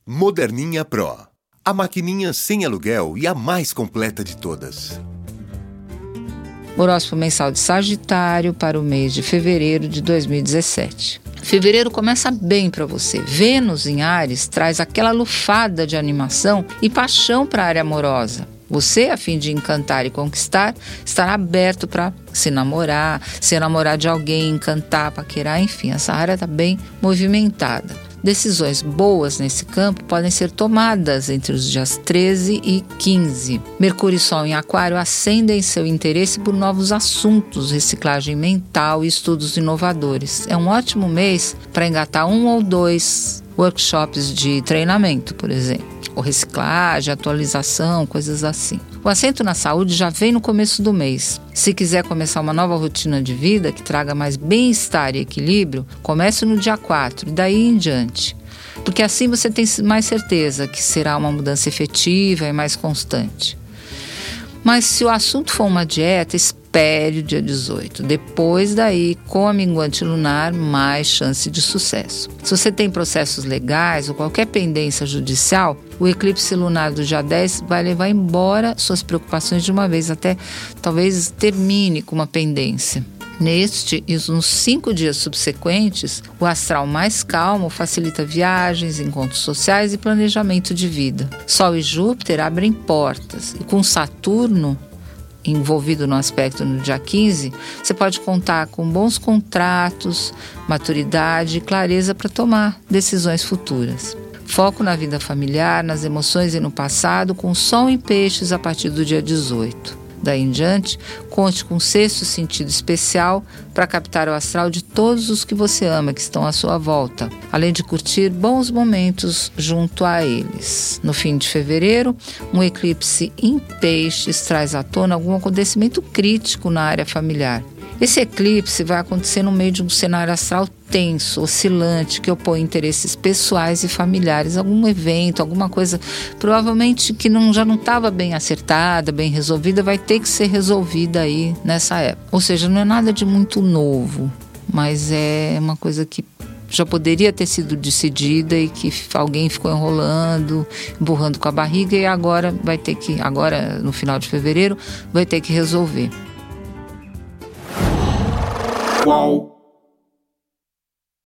Moderninha Pro. A maquininha sem aluguel e a mais completa de todas. Horóscopo mensal de Sagitário para o mês de fevereiro de 2017. Fevereiro começa bem para você. Vênus em Áries traz aquela lufada de animação e paixão para a área amorosa. Você, a fim de encantar e conquistar, estará aberto para se namorar de alguém, encantar, paquerar, enfim, essa área está bem movimentada. Decisões boas nesse campo podem ser tomadas entre os dias 13 e 15. Mercúrio e Sol em Aquário acendem seu interesse por novos assuntos, reciclagem mental e estudos inovadores. É um ótimo mês para engatar 1 ou 2 workshops de treinamento, por exemplo, ou reciclagem, atualização, coisas assim. O acento na saúde já vem no começo do mês. Se quiser começar uma nova rotina de vida que traga mais bem-estar e equilíbrio, comece no dia 4 e daí em diante. Porque assim você tem mais certeza que será uma mudança efetiva e mais constante. Mas se o assunto for uma dieta, espere o dia 18. Depois daí, com a minguante lunar, mais chance de sucesso. Se você tem processos legais ou qualquer pendência judicial, o eclipse lunar do dia 10 vai levar embora suas preocupações de uma vez, até talvez termine com uma pendência. Neste e nos 5 dias subsequentes, o astral mais calmo facilita viagens, encontros sociais e planejamento de vida. Sol e Júpiter abrem portas e com Saturno envolvido no aspecto no dia 15, você pode contar com bons contratos, maturidade e clareza para tomar decisões futuras. Foco na vida familiar, nas emoções e no passado, com Sol em Peixes a partir do dia 18. Daí em diante, conte com um sexto sentido especial para captar o astral de todos os que você ama, que estão à sua volta, além de curtir bons momentos junto a eles. No fim de fevereiro, um eclipse em Peixes traz à tona algum acontecimento crítico na área familiar. Esse eclipse vai acontecer no meio de um cenário astral tenso, oscilante, que opõe interesses pessoais e familiares, algum evento, alguma coisa, provavelmente que já não estava bem acertada, bem resolvida, vai ter que ser resolvida aí nessa época. Ou seja, não é nada de muito novo, mas é uma coisa que já poderia ter sido decidida e que alguém ficou enrolando, empurrando com a barriga e agora no final de fevereiro, vai ter que resolver. Qual?